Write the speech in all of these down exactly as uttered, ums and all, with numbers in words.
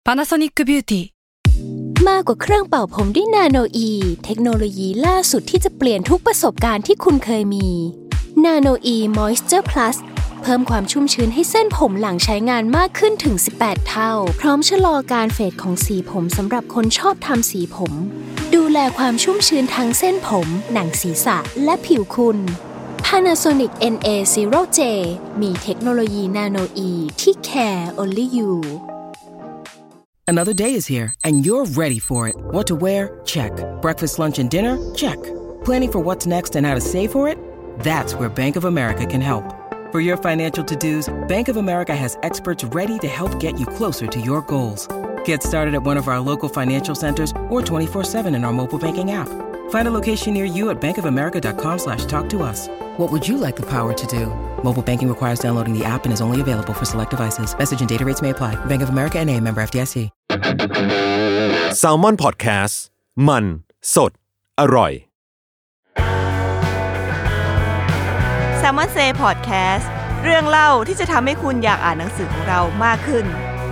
Panasonic Beauty มากกว่าเครื่องเป่าผมด้วยนาโนอีเทคโนโลยีล่าสุดที่จะเปลี่ยนทุกประสบการณ์ที่คุณเคยมีนาโนอีมอยส์เจอร์พลัสเพิ่มความชุ่มชื้นให้เส้นผมหลังใช้งานมากขึ้นถึงสิบแปดเท่าพร้อมชะลอการเฟดของสีผมสำหรับคนชอบทำสีผมดูแลความชุ่มชื้นทั้งเส้นผมหนังศีรษะและผิวคุณ Panasonic เอ็น เอ ศูนย์ เจ มีเทคโนโลยีนาโนอีที่ care only you Another day is here, and you're ready for it. What to wear? Check. Breakfast, lunch, and dinner? Check. Planning for what's next and how to save for it? That's where Bank of America can help. For your financial to-dos, Bank of America has experts ready to help get you closer to your goals. Get started at one of our local financial centers or twenty-four seven in our mobile banking app. Find a location near you at bankofamerica.com slash talk to us. What would you like the power to do? Mobile banking requires downloading the app and is only available for select devices. Message and data rates may apply. Bank of America N A, member เอฟ ดี เอส ซี Salmon Podcast มันสดอร่อย Salmon Say Podcast เรื่องเล่าที่จะทำให้คุณอยากอ่านหนังสือของเรามากขึ้น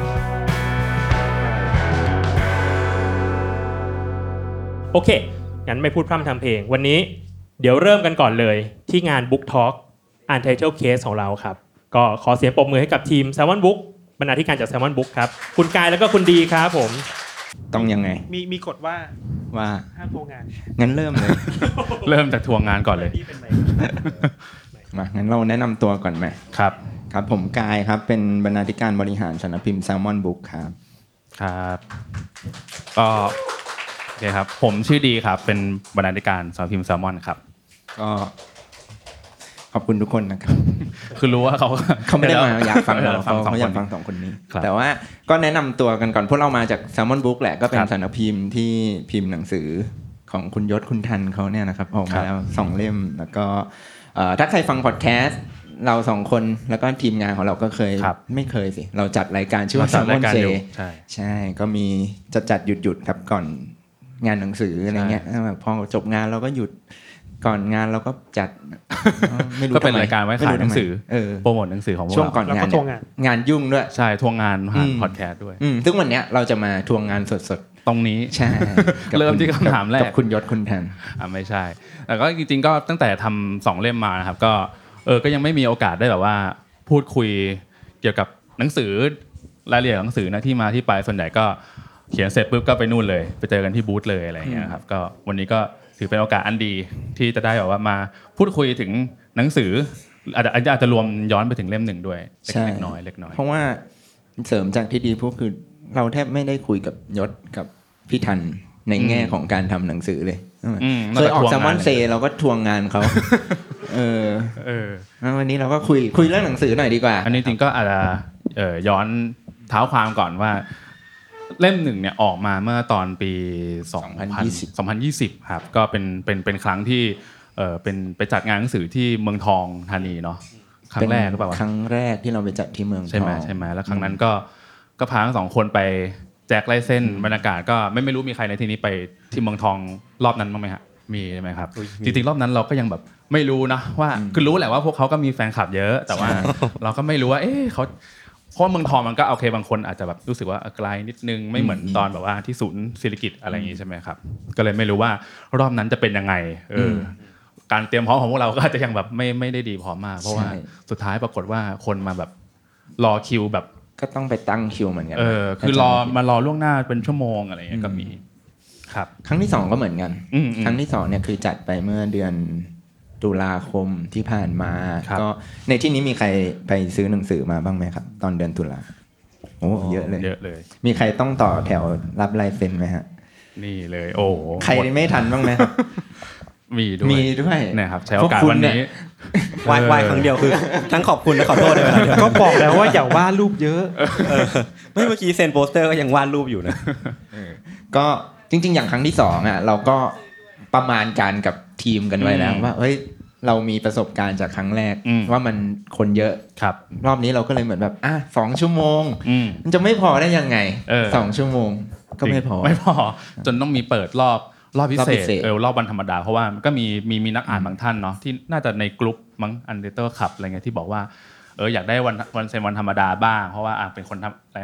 โอเคงั้นไม่พูดพร่ำทำเพลงวันนี้เดี๋ยวเริ่มกันก่อนเลยที่งาน Book Talk Untitled Case ของเราครับก็ขอเสียงปรบมือให้กับทีม Salmon Book บรรณาธิการจาก Salmon Book ครับคุณกายแล้วก็คุณดีครับผมต้องยังไงมีมีกฎว่าว่าห้ามโทรงานงั้นเริ่มเลยเริ่มจากทวงงานก่อนเลยมางั้นเราแนะนำตัวก่อนไหมครับครับผมกายครับเป็นบรรณาธิการบริหารสำนักพิมพ์ Salmon Book ครับครับก็โอเคครับผมชื่อดีครับเป็นบรรณาธิการสำนักพิมพ์ Salmon ครับก็ขอบคุณทุกคนนะครับคือรู้ว่าเขาเขาไม่ได้มาอยากฟังเราเขาอยากฟังสองคนนี้แต่ว่าก็แนะนำตัวกันก่อนพวกเรามาจาก Salmon Book แหละก็เป็นสำนักพิมพ์ที่พิมพ์หนังสือของคุณยศคุณทันเขาเนี่ยนะครับออกมาแล้วสองเล่มแล้วก็ถ้าใครฟังพอดแคสต์เราสองคนแล้วก็ทีมงานของเราก็เคยไม่เคยสิเราจัดรายการชื่อว่า Salmon Say ใช่ใช่ก็มีจัดจัดหยุดหยุดครับก่อนงานหนังสืออะไรเงี้ยพอจบงานเราก็หยุดก่อนงานเราก็จัดไม่รู้ก็เป็นรายการไว้ขายหนังสือโปรโมทหนังสือของพวกเราช่วงก่อนงานงานยุ่งด้วยใช่ทวงงานผ่านพอดแคสต์ด้วยซึ่งวันนี้เราจะมาทวงงานสดๆตรงนี้ใช่เริ่มที่คำถามแรกกับคุณยศคุณแทนอ่าไม่ใช่แต่ก็จริงๆก็ตั้งแต่ทำสองเล่มมานะครับก็เออก็ยังไม่มีโอกาสได้แบบว่าพูดคุยเกี่ยวกับหนังสือรายละเอียดหนังสือนะที่มาที่ไปส่วนใหญ่ก็เขียนเสร็จปุ๊บก็ไปนู่นเลยไปเจอกันที่บูธเลยอะไรอย่างเงี้ยครับก็วันนี้ก็ถือเป็นโอกาสอันดีที่จะได้แบบว่ามาพูดคุยถึงหนังสืออาจจะอาจจะรวมย้อนไปถึงเล่มหนึ่งด้วยเล็กน้อยเล็กน้อยเพราะว่าเสริมจากที่ดีพวกคือเราแทบไม่ได้คุยกับยศกับพี่ทันในแง่ของการทำหนังสือเลยเคยออก Salmon Say เราก็ทวงงานเขาเออเออวันนี้เราก็คุยคุยเรื่องหนังสือหน่อยดีกว่าอันนี้จริงก็อาจจะย้อนเท้าความก่อนว่าเล่มหนึ่งเนี่ยออกมาเมื่อตอนปีสองพันยี่สิบครับก็เป็นเป็นเป็นครั้งที่เออเป็นไปจัดงานหนังสือที่เมืองทองธานีเนาะครั้งแรกหรือเปล่าครั้งแรกที่เราไปจัดที่เมืองทองใช่ไหมใช่ไหมแล้วครั้งนั้นก็ก็พาทั้งสองคนไปแจกลายเส้นบรรยากาศก็ไม่ไม่รู้มีใครในที่นี้ไปที่เมืองทองรอบนั้นบ้างไหมฮะมีใช่ไหมครับจริงๆรอบนั้นเราก็ยังแบบไม่รู้นะว่าคือรู้แหละว่าพวกเขาก็มีแฟนคลับเยอะแต่ว่าเราก็ไม่รู้ว่าเอ๊ะเขาเพราะเมืองทองมันก็โอเคบางคนอาจจะแบบรู้สึกว่าไกลนิดนึงไม่เหมือนตอนแบบว่าที่ศูนย์ศิริกิติ์อะไรอย่างงี้ใช่ไหมครับก็เลยไม่รู้ว่ารอบนั้นจะเป็นยังไงเออการเตรียมพร้อมของพวกเราก็อาจจะยังแบบไม่ไม่ได้ดีพอมากเพราะว่าสุดท้ายปรากฏว่าคนมาแบบรอคิวแบบก็ต้องไปตั้งคิวเหมือนกันเออคือรอมารอล่วงหน้าเป็นชั่วโมงอะไรอย่างเงี้ยก็มีครับครั้งที่สองก็เหมือนกันครั้งที่สองเนี่ยคือจัดไปเมื่อเดือนตุลาคมที่ผ่านมาก็ในที่นี้มีใครไปซื้อหนังสือมาบ้างไหมครับตอนเดือนตุลาโอ้เยอะเลยเยอะเลยมีใครต้องต่อแถวรับลายเซ็นไหมฮะนี่เลยโอ้ใครไม่ทันบ้างไหมครับมีด้วยมีด้วยนะครับใช้โอกาสวันนี้วายวายครั้งเดียวคือทั้งขอบคุณและขอโทษด้วยก็บอกแล้วว่าอย่าวาดรูปเยอะไม่เมื่อกี้เซ็นโปสเตอร์ก็ยังวาดรูปอยู่นะก็จริงๆอย่างครั้งที่สองอ่ะเราก็ประมาณการกับทีมกันไว้แล้วว่าเฮ้ยเรามีประสบการณ์จากครั้งแรกว่ามันคนเยอะครับรอบนี้เราก็เลยเหมือนแบบอ่ะสองชั่วโมงมันจะไม่พอได้ยังไงสองชั่วโมงก็ไม่พอไม่พอจนต้องมีเปิดรอบรอบพิเศษเออรอบวันธรรมดาเพราะว่ามันก็มีมีมีนักอ่านบางท่านเนาะที่น่าจะในกลุ่มมั้ง Untitled Club อะไรเงี้ยที่บอกว่าเอออยากได้วันวันเซ็นวันธรรมดาบ้างเพราะว่าอ่ะเป็นคนทำอะไรนะ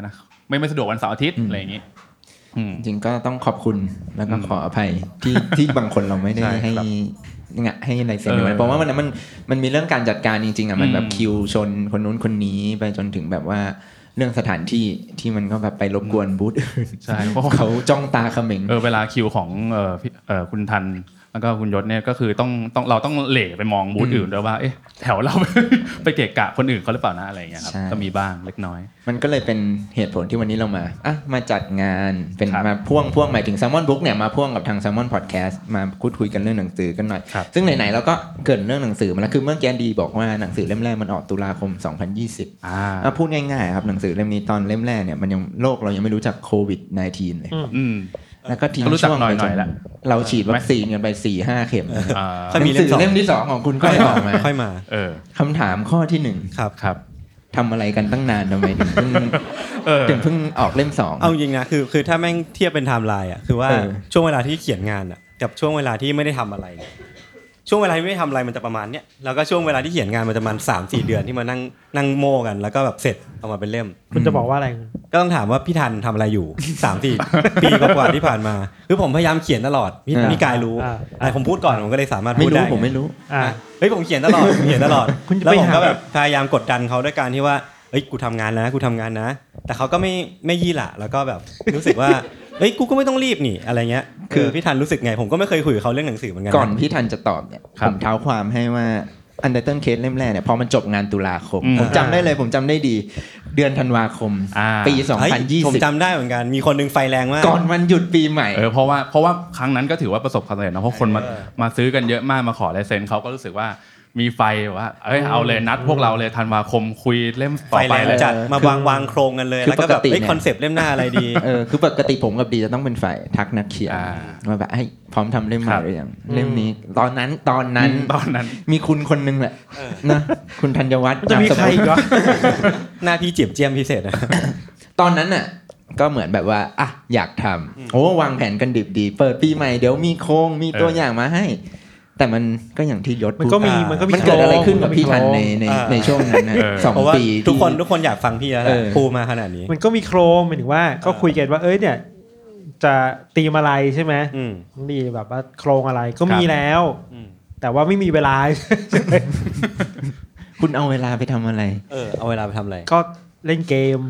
ไม่ไม่สะดวกวันเสาร์อาทิตย์อะไรอย่างงี้จริงก็ต้องขอบคุณแล้วก็ขออภัยที่ที่บางคนเราไม่ได้ให้งะให้ลายเซ็นไว้เพราะว่ามันมันมันมีเรื่องการจัดการจริงๆอ่ะมันแบบคิวชนคนนู้นคนนี้ไปจนถึงแบบว่าเรื่องสถานที่ที่มันก็แบบไปรบกวนบูธอื่นใช่เพราะเขาจ้องตาเขม็งเออเวลาคิวของเอ่อเอ่อคุณทันแล้วก็คุณยศเนี่ยก็คือต้องต้องเราต้องเหล่ไปมองบูธอื่นด้วยว่าเอ๊ะแถวเราไปเกะกะคนอื่นเขาหรือเปล่านะอะไรอย่างเงี้ยครับก็มีบ้างเล็กน้อยมันก็เลยเป็นเหตุผลที่วันนี้เรามาอ่ะมาจัดงานเป็นมาพ่วงพ่วงหมายถึง Salmon Book เนี่ยมาพ่วงกับทาง Salmon Podcast มาพูดคุยกันเรื่องหนังสือกันหน่อยซึ่งไหนๆเราก็เกิดเรื่องหนังสือมาแล้วคือเมื่อกี้ดีบอกว่าหนังสือเล่มแรกมันออกตุลาคมสองพันยี่สิบอ่าพูดง่ายๆครับหนังสือเล่มนี้ตอนเล่มแรกเนี่ยมันยังโลกเรายังไม่รู้จักโควิด สิบเก้า เลยแล้วก็ทิ้งช่วงไปจนเราฉีดวัคซีนกันไป สี่ถึงห้า เข็มหนังสือเล่มที่สองของคุณก็ออกมาค่อยมาคำถามข้อที่หนึ่งครับครับทำอะไรกันตั้งนานทำไมถึงเพิ่งถึงเพิ่งออกเล่มสองเอาจริงนะคือคือถ้าแม่งเทียบเป็นไทม์ไลน์อ่ะคือว่าช่วงเวลาที่เขียนงานอ่ะกับช่วงเวลาที่ไม่ได้ทำอะไรช่วงเวลาที่ไม่ทำอะไรมันจะประมาณเนี้ยแล้วก็ช่วงเวลาที่เขียนงานมันจะประมาณ สามถึงสี่ เดือนที่มานั่งนั่งโม่กันแล้วก็แบบเสร็จเอามาเป็นเล่มคุณจะบอกว่าอะไรก็ต้องถามว่าพี่ทันทำอะไรอยู่ สามถึงสี่ ปีกว่าที่ผ่านมาคือผมพยายามเขียนตลอดพี่กายรู้อ่ะผมพูดก่อนผมก็เลยสามารถพูดได้ผมไม่รู้อ่ะเฮ้ยผมเขียนตลอดเขียนตลอดแล้วผมก็แบบพยายามกดดันเขาด้วยการที่ว่าเฮ้ยกูทำงานนะกูทำงานนะแต่เขาก็ไม่ไม่ยี่หละแล้วก็แบบรู้สึกว่าเฮ้ยกูก็ไม่ต้องรีบนี่อะไรเงี้ยคือพี่ทันรู้สึกไงผมก็ไม่เคยคุยกับเขาเรื่องหนังสือเหมือนกันก่อนพี่ทันจะตอบเนี่ยผมเท้าความให้ว่า Untitled Case เล่มแรกเนี่ยพอมันจบงานตุลาคมผมจำได้เลยผมจำได้ดีเดือนธันวาคมปีสองพันยี่สิบผมจำได้เหมือนกันมีคนนึงไฟแรงมากก่อนวันหยุดปีใหม่เออเพราะว่าเพราะว่าครั้งนั้นก็ถือว่าประสบความสำเร็จนะเพราะคนมามาซื้อกันเยอะมากมาขอลายเซ็นเขาก็รู้สึกว่ามีไฟว่าเอ้ยเอาเลยนัดพวกเราเลยธันวาคมคุยเล่มต่อไปเลยจัดมาวางวางโครงกันเลยแล้วก็แบบเอ้ยคอนเซปต์เล่มหน้าอะไรดีเออคือปกติผมกับดีจะต้องเป็นฝ่ายทักนักเขียนว่าแบบให้พร้อมทำเล่มใหม่หรือยังเล่มนี้ตอนนั้นตอนนั้นตอนนั้นมีคุณคนนึงแหละนะคุณธัญวัฒน์จะมีใครอีกวะหน้าที่เจียมเจียมพิเศษนะตอนนั้นน่ะก็เหมือนแบบว่าอ่ะอยากทำโอ้วางแผนกันดิบดีเปิดปีใหม่เดี๋ยวมีโครงมีตัวอย่างมาให้แต่มันก็อย่างที่ยศพูดมันก็มีมันก็มีเกิดอะไรขึ้นกับพี่ทันในในในช่วงนั้นนะสองปีทุกคนทุกคนอยากฟังพี่แล้วแหละพูดมาขนาดนี้มันก็มีโครงหมายถึงว่าก็คุยกันว่าเอ้ยเนี่ยจะตีมอะไรใช่ไหมดีแบบว่าโครงอะไรก็มีแล้วแต่ว่าไม่มีเวลาคุณเอาเวลาไปทำอะไรเออเอาเวลาไปทำอะไรก็เล่นเกม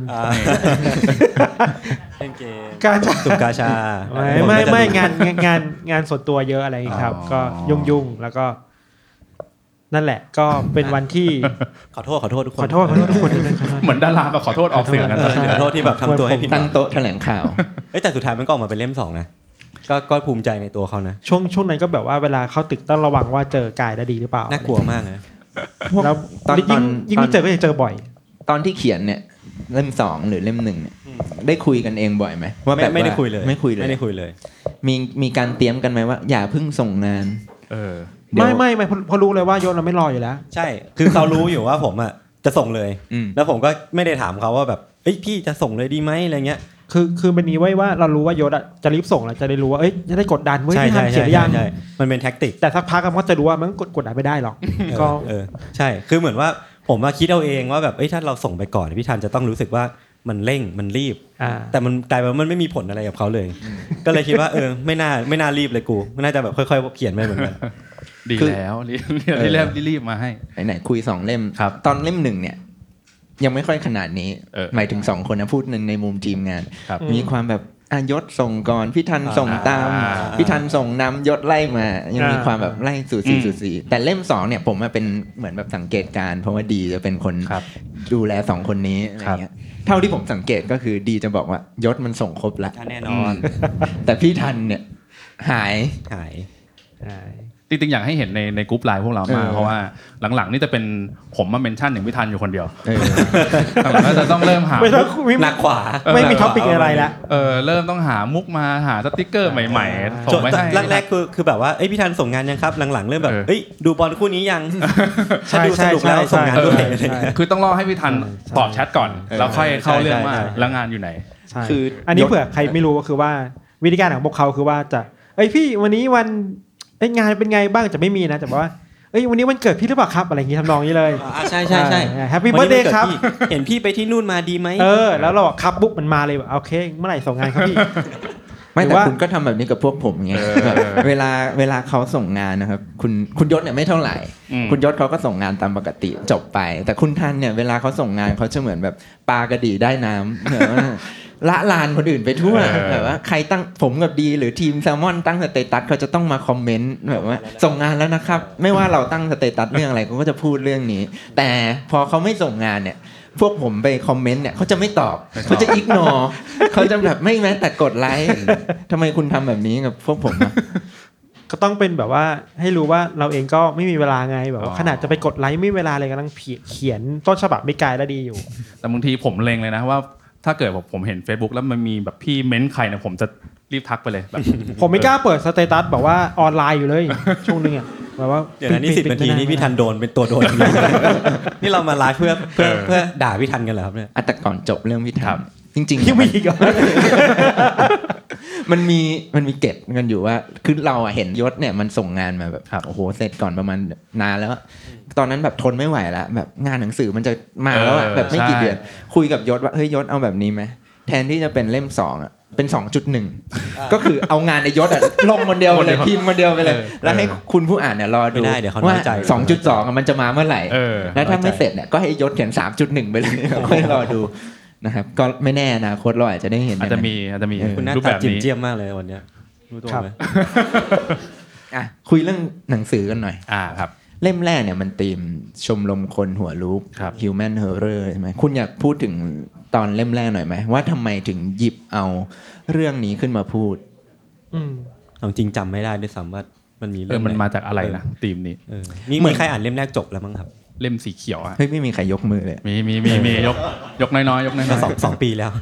เล่นเกมการตุกกาชาไม่ไม่ไม่งานงานงานส่วนตัวเยอะอะไรครับก็ยุ่งยุ่งแล้วก็นั่นแหละก็เป็นวันที่ขอโทษขอโทษทุกคนขอโทษขอโทษทุกคนเหมือนดาราแบบขอโทษออกเสียงกันขอโทษที่แบบทำตัวให้ผิดตั้งโต๊ะแถลงข่าวเอ้แต่สุดท้ายมันก็ออกมาเป็นเล่มสองนะก็ก็ภูมิใจในตัวเขานะช่วงช่วงนั้นก็แบบว่าเวลาเข้าตึกต้องระวังว่าเจอกายได้ดีหรือเปล่าน่ากลัวมากนะแล้วตอนยิ่งยิ่งเจอก็จะเจอบ่อยตอนที่เขียนเนี่ยเล่มสองหรือเล่มหนึ่งเนี่ยได้คุยกันเองบ่อยไหมว่าแบบไม่ได้คุยเลยไม่คุยเลยไม่ได้คุยเลยมีมีการเตรียมกันไหมว่าอย่าเพิ่งส่งงานเออไม่ไม่ไม่พอรู้เลยว่าโยนเราไม่รออยู่แล้วใช่คือเขารู้อยู่ว่าผมอ่ะจะส่งเลยแล้วผมก็ไม่ได้ถามเขาว่าแบบเอ้ยพี่จะส่งเลยดีไหมอะไรเงี้ยคือคือเป็นนี้ไว้ว่าเรารู้ว่าโยนอ่ะจะรีบส่งแล้วจะได้รู้ว่าเอ้ยจะได้กดดันเว้ยที่ทำเขียนยังมันเป็นแท็กติกแต่สักพักก็จะรู้ว่ามันกดกดดันไม่ได้หรอกก็เออใช่คือเหมือนว่าผมมาคิดเอาเองว่าแบบเอ้ยถ้าเราส่งไปก่อนพี่ทันจะต้องรู้สึกว่ามันเร่งมันรีบแต่มันกลายเป็นมันไม่มีผลอะไรกับเขาเลยก็เลยคิดว่าเออไม่น่าไม่น่ารีบเลยกูน่าจะแบบค่อยๆเขียนไปเหมือนกันดีแล้วรีบรีบรีบมาให้ไหนๆคุยสองเล่มตอนเล่มหนึ่งเนี่ยยังไม่ค่อยขนาดนี้หมายถึงสองคนนะพูดในในมุมทีมงานมีความแบบอ่ะยศส่งก่อนพี่ทันส่งตามพี่ทันส่งนำยศไล่มายังมีความแบบไล่สู่สี่สู่สี่แต่เล่มสองเนี่ยผมมาเป็นเหมือนแบบสังเกตการเพราะว่าดีจะเป็นคนดูแลสองคนนี้อะไรเงี้ยเท่าที่ผมสังเกตก็คือดีจะบอกว่ายศมันส่งครบละแน่นอนแต่พี่ทันเนี่ยหายหายหายจริงๆอยากให้เห็นในในกรุ๊ปไลน์พวกเรามากเพราะว่าหลังๆนี่จะเป็นผมมาเมนชั่นอย่างพี่ทันอยู่คนเดียวหลังๆก็จะต้องเริ่มหาหนักขวาไม่มีท็อปิกอะไรละเออเริ่มต้องหามุกมาหาสติ๊กเกอร์ใหม่ๆส่งไปให้แรกๆคือคือแบบว่าเอ้ยพี่ทันส่งงานยังครับหลังๆเริ่มแบบเอ้ยดูบอลคู่นี้ยังถ้าดูสนุกแล้วส่งงานด้วยคือต้องรอให้พี่ทันตอบแชทก่อนแล้วค่อยเข้าเรื่องว่าแล้วงานอยู่ไหนคืออันนี้เผื่อใครไม่รู้ก็คือว่าวิธีการของพวกเขาคือว่าจะเอ้ยพี่วันนี้วันไอ้งานเป็นไงบ้างจะไม่มีนะแต่ว่าอ้ยวันนี้วันเกิดพี่หรือเปล่าครับอะไรอย่างงี้ทำนองนี้เลยอ่าใช่ใช่ใช่แฮปปี้เบิร์ธเดย์ครับเห็นพี่ไปที่นู่นมาดีไหมเออแล้วเราครับบุ๊กมันมาเลยโอเคเมื่อไหร่ส่งงานครับพี่ไม่แต่คุณก็ทำแบบนี้กับพวกผมไงเวลาเวลาเขาส่งงานนะครับคุณคุณยศเนี่ยไม่เท่าไหร่คุณยศเขาก็ส่งงานตามปกติจบไปแต่คุณทันเนี่ยเวลาเขาส่งงานเขาจะเหมือนแบบปลากระดีได้น้ำแบบว่าละลานคนอื่นไปทั่วแบบว่าใครตั้งผมกับดีหรือทีมแซลมอนตั้งสเตตัสเขาจะต้องมาคอมเมนต์แบบว่าส่งงานแล้วนะครับไม่ว่าเราตั้งสเตตัสเรื่องอะไรเขาก็จะพูดเรื่องนี้แต่พอเขาไม่ส่งงานเนี่ยพวกผมไปคอมเมนต์เนี่ยเขาจะไม่ตอบเขาจะอิกนอร์เขาจะแบบไม่แม้แต่กดไลค์ทำไมคุณทำแบบนี้กับพวกผมก็ต้องเป็นแบบว่าให้รู้ว่าเราเองก็ไม่มีเวลาไงแบบว่าขนาดจะไปกดไลค์ไม่มีเวลาเลยกำลังเขียนต้นฉบับไม่ไกลแล้วดีอยู่แต่บางทีผมเล็งเลยนะว่าถ้าเกิดแบบผมเห็น Facebook แล้วมันมีแบบพี่เม้นใครเนี่ยผมจะรีบทักไปเลยแบบผมไม่กล้าเปิดสเตตัสแบบว่าออนไลน์อยู่เลยช่วงนึงอ่ะแบบว่าเดี๋ยวนะนี่สิบนาทีนี่พี่ทันโดนเป็นตัวโดนนี่เรามาไลฟ์เพื่อเพื่อเพื่อด่าพี่ทันกันเหรอครับเนี่ยแต่ก่อนจบเรื่องพี่ทันจริงๆพี่มีก่อนมันมีมันมีเก็บกันอยู่ว่าคือเราเห็นยศเนี่ยมันส่งงานมาแบบโอ้โหเสร็จก่อนประมาณนานแล้วตอนนั้นแบบทนไม่ไหวแล้วแบบงานหนังสือมันจะมาแล้วแบบไม่กี่เดือนคุยกับยศว่าเฮ้ยยศเอาแบบนี้ไหมแทนที่จะเป็นเล่มสองอ่ะเป็น สองจุดหนึ่ง ก็คือเอางานในยศอ่ะลงคนเดียวเลยพิมพ์คนเดียวไปเลยแล้วให้คุณผู้อ่านเนี่ยรอดูว่า สองจุดสอง มันจะมาเมื่อไหร่แล้วถ้าไม่เสร็จเนี่ยก็ให้ยศเขียน สามจุดหนึ่ง ไปเลยค่อยรอดูนะครับก็ไม่แน่อนาคตเราอาจจะได้เห็นอาจจะมีอาจจะมีคุณหน้าตาจิ้มเจียมมากเลยวันนี้รู้ตัวไหมอ่ะคุยเรื่องหนังสือกันหน่อยอ่าครับเล่มแรกเนี่ยมันธีมชมรมคนหัวลูก Human Horror ใช่ไหมคุณอยากพูดถึงตอนเล่มแรกหน่อยไหมว่าทำไมถึงหยิบเอาเรื่องนี้ขึ้นมาพูดอืมเอาจริงจำไม่ได้ด้วยซ้ำว่ามันมีเรื่องมันมาจากอะไรนะธีมนี้มีมีใครอ่านเล่มแรกจบแล้วมั้งครับเล่มสีเขียวอ่ะเฮ้ยไม่มีใครยกมือเลยมีมีมีมียกยกน้อยๆยกน้อยๆสองสองปีแล้ว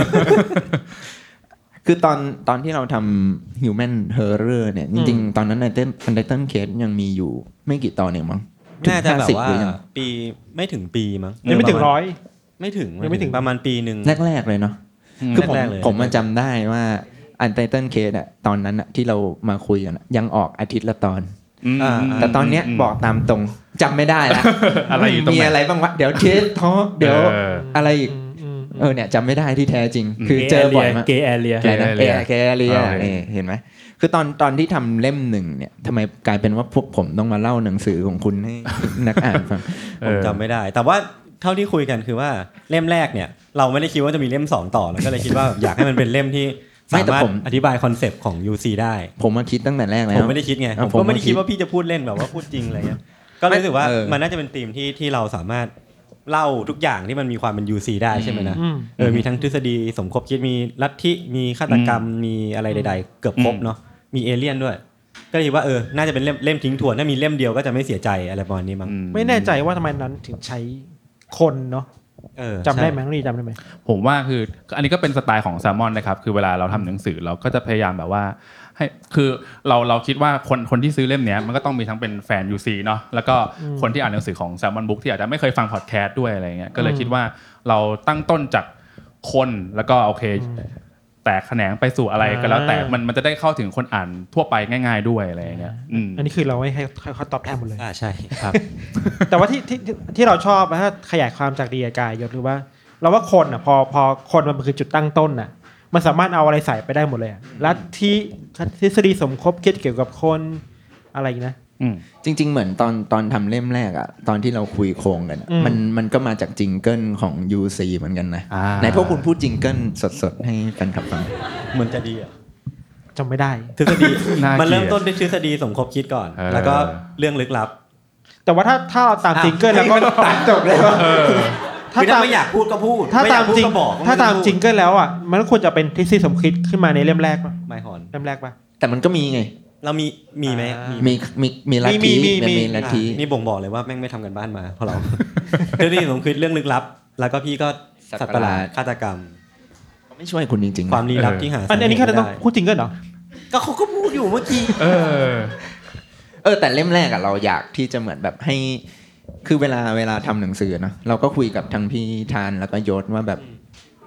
คือตอนตอนที่เราทำ Human Horror เนี่ยจริงๆตอนนั้นในเต้น Untitled Case ยังมีอยู่ไม่กี่ตอนเองมั้งน่าจะแบบว่าปีไม่ถึงปีมั้งยังไม่ถึงร้อยไม่ถึงยังไม่ถึงประมาณปีนึงแรกๆเลยเนาะคือผมผมมาจำได้ว่า Untitled Case อ่ะตอนนั้นอ่ะที่เรามาคุยกันยังออกอาทิตย์ละตอนแต่ตอนเนี้ยบอกตามตรงจำไม่ได้ละมีอะไรบ้างวะเดี๋ยวเทสทอล์กเดี๋ยวอะไรอีกเออเนี่ยจำไม่ได้ที่แท้จริงคือเจอบ่อยมากเกย์แอเรียเกย์แอเรียเกย์แอเรียเห็นไหมคือตอนตอนที่ทำเล่มหนึ่งเนี่ยทำไมกลายเป็นว่าพวกผมต้องมาเล่าหนังสือของคุณให้นักอ่านฟังผมจำไม่ได้แต่ว่าเท่าที่คุยกันคือว่าเล่มแรกเนี่ยเราไม่ได้คิดว่าจะมีเล่มสองต่อแล้วก็เลยคิดว่าอยากให้มันเป็นเล่มที่สามารถอธิบายคอนเซปต์ของ ยู ซี ได้ผมมาคิดตั้งแต่แรกแล้วผมไม่ได้คิดไงผมก็ไม่ได้คิดว่าพี่จะพูดเล่นแบบว่าพูดจริงอะไรเงี้ยก็รู้สึกว่ามันน่าจะเป็นธีมที่ที่เราสามารถเล่าทุกอย่างที่มันมีความเป็น ยู ซี ได้ใช่ไหมนะเออมีทั้งทฤษฎีสมคบคิดมีลัทธิมีฆาตกรรมมีอะไรใดๆเกือบครบเนาะมีเอเลี่ยนด้วยก็เลยคิดว่าเออน่าจะเป็นเล่มเล่มทิ้งทวนถ้ามีเล่มเดียวก็จะไม่เสียใจอะไรประมาณนี้มั้งไม่แน่ใจว่าทำไมนั้นถึงใช้คนเนาะจำได้ไหมนี่จำได้ไหมผมว่าคืออันนี้ก็เป็นสไตล์ของแซลมอนนะครับคือเวลาเราทำหนังสือเราก็จะพยายามแบบว่าให้คือเราเราคิดว่าคนคนที่ซื้อเล่มนี้มันก็ต้องมีทั้งเป็นแฟน ยู ซี เนาะแล้วก็คนที่อ่านหนังสือของ Salmon Book ที่อาจจะไม่เคยฟังพอดแคสต์ด้วยอะไรเงี้ยก็เลยคิดว่าเราตั้งต้นจากคนแล้วก็โอเคแตกแขนงไปสู่อะไรก็แล้วแต่มันมันจะได้เข้าถึงคนอ่านทั่วไปง่ายๆด้วยอะไรเงี้ยอันนี้คือเราให้เขาตอบแทนหมดเลยอ่าใช่ครับแต่ว่าที่ที่ที่เราชอบถ้าขยายความจากดีกายยศคือว่าเราว่าคนอ่ะพอพอคนมันคือจุดตั้งต้นน่ะมันสามารถเอาอะไรใส่ไปได้หมดเลยลัทธิทฤษฎีสมคบคิดเกี่ยวกับคนอะไรนะจริงๆเหมือนตอนตอนทำเล่มแรกอ่ะตอนที่เราคุยโครงกันมันมันก็มาจากจิงเกิลของ ยู ซี เหมือนกันนะไหนพวกคุณพูดจิงเกิลสดๆให้แฟนคลับฟังเหมือนจะดีอ่ะจำไม่ได้ทฤษฎีมันเริ่มต้นด้วยทฤษฎีสมคบคิดก่อนแล้วก็เรื่องลึกลับแต่ว่าถ้าถ้าเราตามจิงเกิลแล้วก็ตัดจบเลยว่าถ้าไม่อยากพูดก็พูดถ้าตามจริงถ้าตามจริงก็แล้วอ่ะมันก็ควรจะเป็นทฤษฎีสมคบคิดขึ้นมาในเล่มแรกป่ะไม่หอนเล่มแรกป่ะแต่มันก็มีไงเรามีมีไหมมีมีมีลัทธิมีลัทธินี่บ่งบอกเลยว่าแม่งไม่ทำกันบ้านมาเพราะเราทฤษฎีสมคบคิดเรื่องลึกลับแล้วก็พี่ก็สัตว์ประหลาดฆาตกรรมเขาไม่ช่วยคุณจริงๆความลี้ลับที่หาอันนี้เขาต้องพูดจริงกันเหรอก็เขาก็พูดอยู่เมื่อกี้เออเออแต่เล่มแรกอะเราอยากที่จะเหมือนแบบให้คือเวลาเวลาทำหนังสือนะเราก็คุยกับทั้งพี่ธานแล้วก็ยศว่าแบบ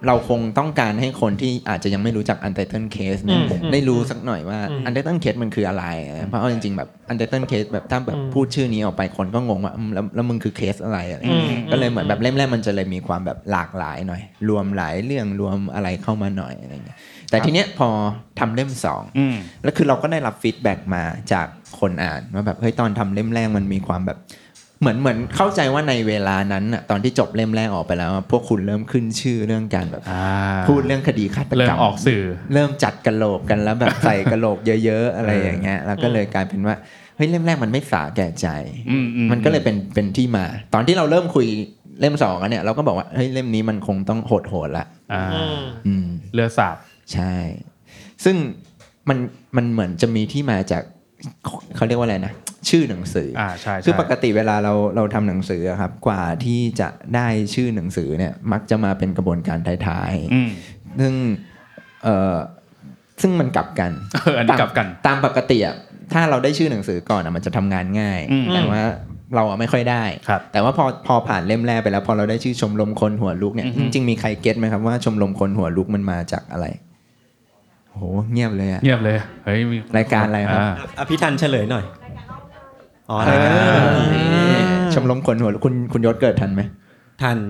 เราคงต้องการให้คนที่อาจจะยังไม่รู้จัก Untitled Case เนี่ยได้รู้สักหน่อยว่า Untitled Case มันคืออะไรเพราะเอาจริงๆแบบ Untitled Case แบบถ้าแบบพูดชื่อนี้ออกไปคนก็งงว่าแล้วแล้วมึงคือเคสอะไรอะไรก็เลยเหมือนแบบเล่มแรกมันจะเลยมีความแบบหลากหลายหน่อยรวมหลายเรื่องรวมอะไรเข้ามาหน่อยอะไรเงี้ยแต่ทีเนี้ยพอทำเล่มสองแล้วคือเราก็ได้รับฟีดแบ็กมาจากคนอ่านว่าแบบเฮ้ยตอนทำเล่มแรกมันมีความแบบเหมือนเหมือนเข้าใจว่าในเวลานั้นน่ะตอนที่จบเล่มแรกออกไปแล้วพวกคุณเริ่มขึ้นชื่อเรื่องการแบบพูดเรื่องคดีฆาตกรรมเริ่มออกสื่อเริ่มจัดกะโหลกกันแล้วแบบใส่กะโหลกเยอะๆอะไรอย่างเงี้ยแล้วก็เลยกลายเป็นว่าเฮ้ยเล่มแรกมันไม่สาแก่ใจมันก็เลยเป็นเป็นที่มาตอนที่เราเริ่มคุยเล่มสองกันเนี่ยเราก็บอกว่าเฮ้ยเล่มนี้มันคงต้องโหดๆละเลือดสาดใช่ซึ่งมันมันเหมือนจะมีที่มาจากเขาเรียกว่าอะไรนะชื่อหนังสืออ่าใช่คือปกติเวลาเราเราทำหนังสือครับกว่าที่จะได้ชื่อหนังสือเนี่ยมักจะมาเป็นกระบวนการท้ายๆซึ่งเอ่อซึ่งมันกลับกันอันนี้กลับกันตามปกติอ่ะถ้าเราได้ชื่อหนังสือก่อนอ่ะมันจะทำงานง่ายแต่ว่าเราอ่ะไม่ค่อยได้แต่ว่าพอพอผ่านเล่มแรกไปแล้วพอเราได้ชื่อชมรมคนหัวลุกเนี่ยจริงๆมีใครเก็ตไหมครับว่าชมรมคนหัวลุกมันมาจากอะไรโหเงียบเลยอ่ะเงียบเลยเฮ้ยรายการอะไรครับอภิทันเฉลยหน่อยอ๋อชมรมคนหัวคุณคุณยศเกิดทันไหมทัน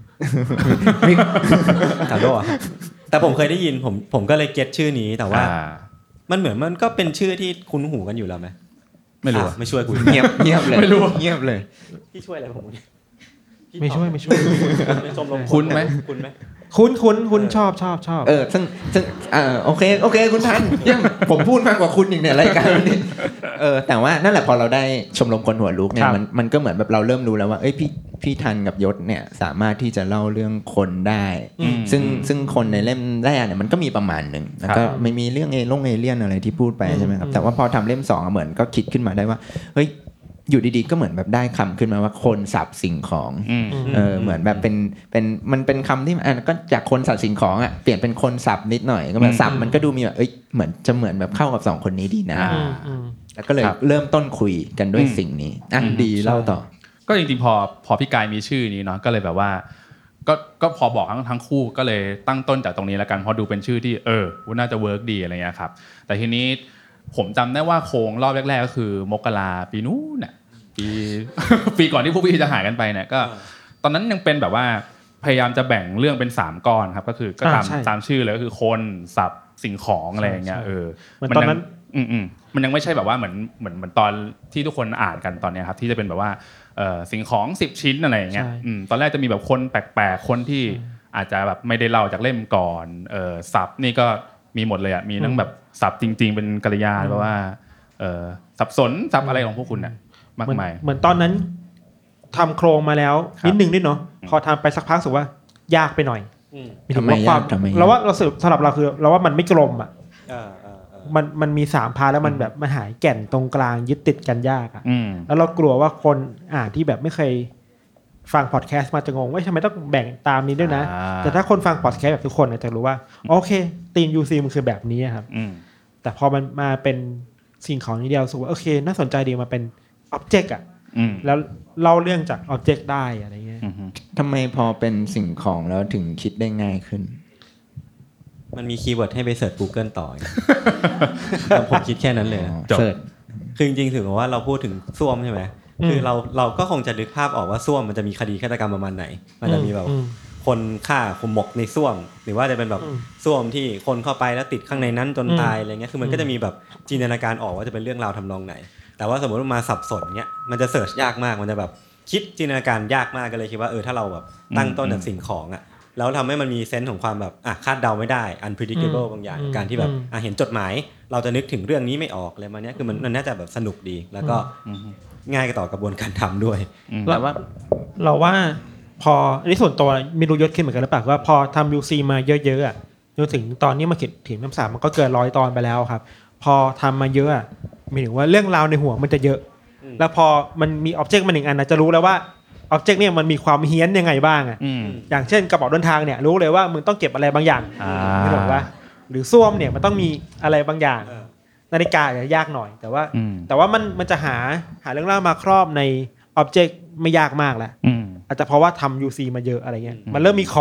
ถามด้วยอ่ะแต่ผมเคยได้ยินผมผมก็เลยเก็ตชื่อนี้แต่ว่ามันเหมือนมันก็เป็นชื่อที่คุ้นหูกันอยู่แล้วไหมไม่รู้ไม่ช่วยกูเงียบเงียบเลยไม่รู้เงียบเลยพี่ช่วยอะไรผมไม่ช่วยไม่ช่วยชมรมคุ้นไหมคุ้นไหมคุ้นคุ้นคุ้นชอบชอบชอบเออซึ่งซึ่งเออโอเคโอเคคุณทันยังผมพูดมากกว่าคุณอีกเนี่ยรายการนี้เออแต่ว่านั่นแหละพอเราได้ชมรมคนหัวลุกเนี่ยมันมันก็เหมือนแบบเราเริ่มรู้แล้วว่าเอ้ยพี่พี่ทันกับยศเนี่ยสามารถที่จะเล่าเรื่องคนได้ซึ่งซึ่งคนในเล่มแรกเนี่ยมันก็มีประมาณนึงแล้วก็ไม่มีเรื่องเอลงเอเลี่ยนอะไรที่พูดไปใช่ไหมครับแต่ว่าพอทำเล่มสองเหมือนก็คิดขึ้นมาได้ว่าเฮ้ยอยู่ดีๆก็เหมือนแบบได้คำขึ้นมาว่าคนสับสิ่งของเออเหมือนแบบเป็นเป็นมันเป็นคำที่อ่ะก็จากคนสับสิ่งของอ่ะเปลี่ยนเป็นคนสับนิดหน่อยก็แบบสับมันก็ดูมีแบบเอ้ยเหมือนจะเหมือนแบบเข้ากับสองคนนี้ดีนะแล้วก็เลยเริ่มต้นคุยกันด้วยสิ่งนี้อ่ะดีเล่าต่อก็จริงๆพอพอพี่กายมีชื่อนี้เนาะก็เลยแบบว่าก็ก็พอบอกทั้งทั้งคู่ก็เลยตั้งต้นจากตรงนี้แล้วกันพอดูเป็นชื่อที่เออว่าน่าจะเวิร์กดีอะไรเงี้ยครับแต่ทีนี้ผมจำได้ว่าโครงรอบแรกๆก็คือมกราปีนู้นน่ะปีปีก่อนที่พวกพี่จะหายกันไปเนี่ยก็ตอนนั้นยังเป็นแบบว่าพยายามจะแบ่งเรื่องเป็นสามก้อนครับก็คือก็ตามตามชื่อเลยก็คือคนสับสิ่งของอะไรอย่างเงี้ยเออมันตอนนั้นอืมๆมันยังไม่ใช่แบบว่าเหมือนเหมือนเหมือนตอนที่ทุกคนอ่านกันตอนนี้ครับที่จะเป็นแบบว่าเอ่อสิ่งของสิบชิ้นอะไรอย่างเงี้ยอืมตอนแรกจะมีแบบคนแปลกๆคนที่อาจจะแบบไม่ได้เล่าจากเล่มก่อนเอ่อสับนี่ก็มีหมดเลยอ่ะมีทั้งแบบสับจริงๆเป็นกริยาแบบว่าเอ่อสับสนสับอะไรของพวกคุณเนี่ยมากมายเหมือนตอนนั้นทำโครงมาแล้วนิดนึงนิดเนาะพอทำไปสักพักรู้สึกว่ายากไปหน่อยทำไมยากทำไมเราว่าเราสรุปสำหรับเราคือเราว่ามันไม่กลมอ่ะมันมันมีสามพาร์ทแล้วมันแบบมันหายแก่นตรงกลางยึดติดกันยากอ่ะแล้วเรากลัวว่าคนอ่านที่แบบไม่เคยฟังพอดแคสต์มาจะงงว่าทำไมต้องแบ่งตามนี้ด้วยนะแต่ถ้าคนฟังพอดแคสต์แบบทุกคนจะรู้ว่าโอเคธีม ยู ซี มันคือแบบนี้ครับแต่พอมันมาเป็นสิ่งของนี้เดียวรู้สึกว่าโอเคน่าสนใจดีมาเป็นอ็อบเจกต์อ่ะแล้วเล่าเรื่องจากอ็อบเจกต์ได้อะไรเงี้ยทำไมพอเป็นสิ่งของแล้วถึงคิดได้ง่ายขึ้นมันมีคีย์เวิร์ดให้ไปเสิร์ช Google ต่อ ผมคิดแค่นั้นเลยเสิร์ชคือจริงๆถือว่าเราพูดถึงส้วมใช่ไหมคือเราเราก็คงจะนึกภาพออกว่าส้วมมันจะมีคดีฆาตกรรมประมาณไหนมันจะมีแบบคนฆ่าคนหมกในส้วมหรือว่าจะเป็นแบบส้วมที่คนเข้าไปแล้วติดข้างในนั้นจนตายอะไรเงี้ยคือมันก็จะมีแบบจินตนาการออกว่าจะเป็นเรื่องราวทำนองไหนแต่ว่าสมมติว่ามาสับสนเงี้ยมันจะเสิร์ชยากมากมันจะแบบคิดจินตนาการยากมากก็เลยคิดว่าเออถ้าเราแบบตั้งต้นจากสิ่งของอ่ะแล้วทำให้มันมีเซนส์ของความแบบอ่ะคาดเดาไม่ได้ unpredictable บางอย่างการที่แบบอ่ะเห็นจดหมายเราจะนึกถึงเรื่องนี้ไม่ออกอะไรมาเนี้ยคือมันมันน่าจะแบบสนุกดีแล้วก็ง่ายต่อกระบวนการทำด้วยแต่ว่าเราว่าพออันนี้ส่วนตัวไม่รู้ยศขึ้นเหมือนกันหรือเปล่าว่าพอทำ ยู ซี มาเยอะๆอ่ะจนถึงตอนนี้มาเขียนถึงน้ำสามมันก็เกินร้อยตอนไปแล้วครับพอทำมาเยอะอ่ะหมายถึงว่าเรื่องราวในหัวมันจะเยอะแล้วพอมันมีอ็อบเจกต์มาหนึ่งอันนะจะรู้แล้วว่าอ็อบเจกต์เนี่ยมันมีความเฮี้ยนยังไงบ้างอ่ะอย่างเช่นกระเป๋าเดินทางเนี่ยรู้เลยว่ามึงต้องเก็บอะไรบางอย่างนึกออกป่ะหรือส้วมเนี่ยมันต้องมีอะไรบางอย่างนาฬิกาเนี่ยยากหน่อยแต่ว่าแต่ว่ามันมันจะหาหาเรื่องราวมาครอบในอ็อบเจกต์ไม่ยากมากแล้วอาจจะเพราะว่าทำ ยู ซี มาเยอะอะไรเงี้ยมันเริ่มมีของอ่ะ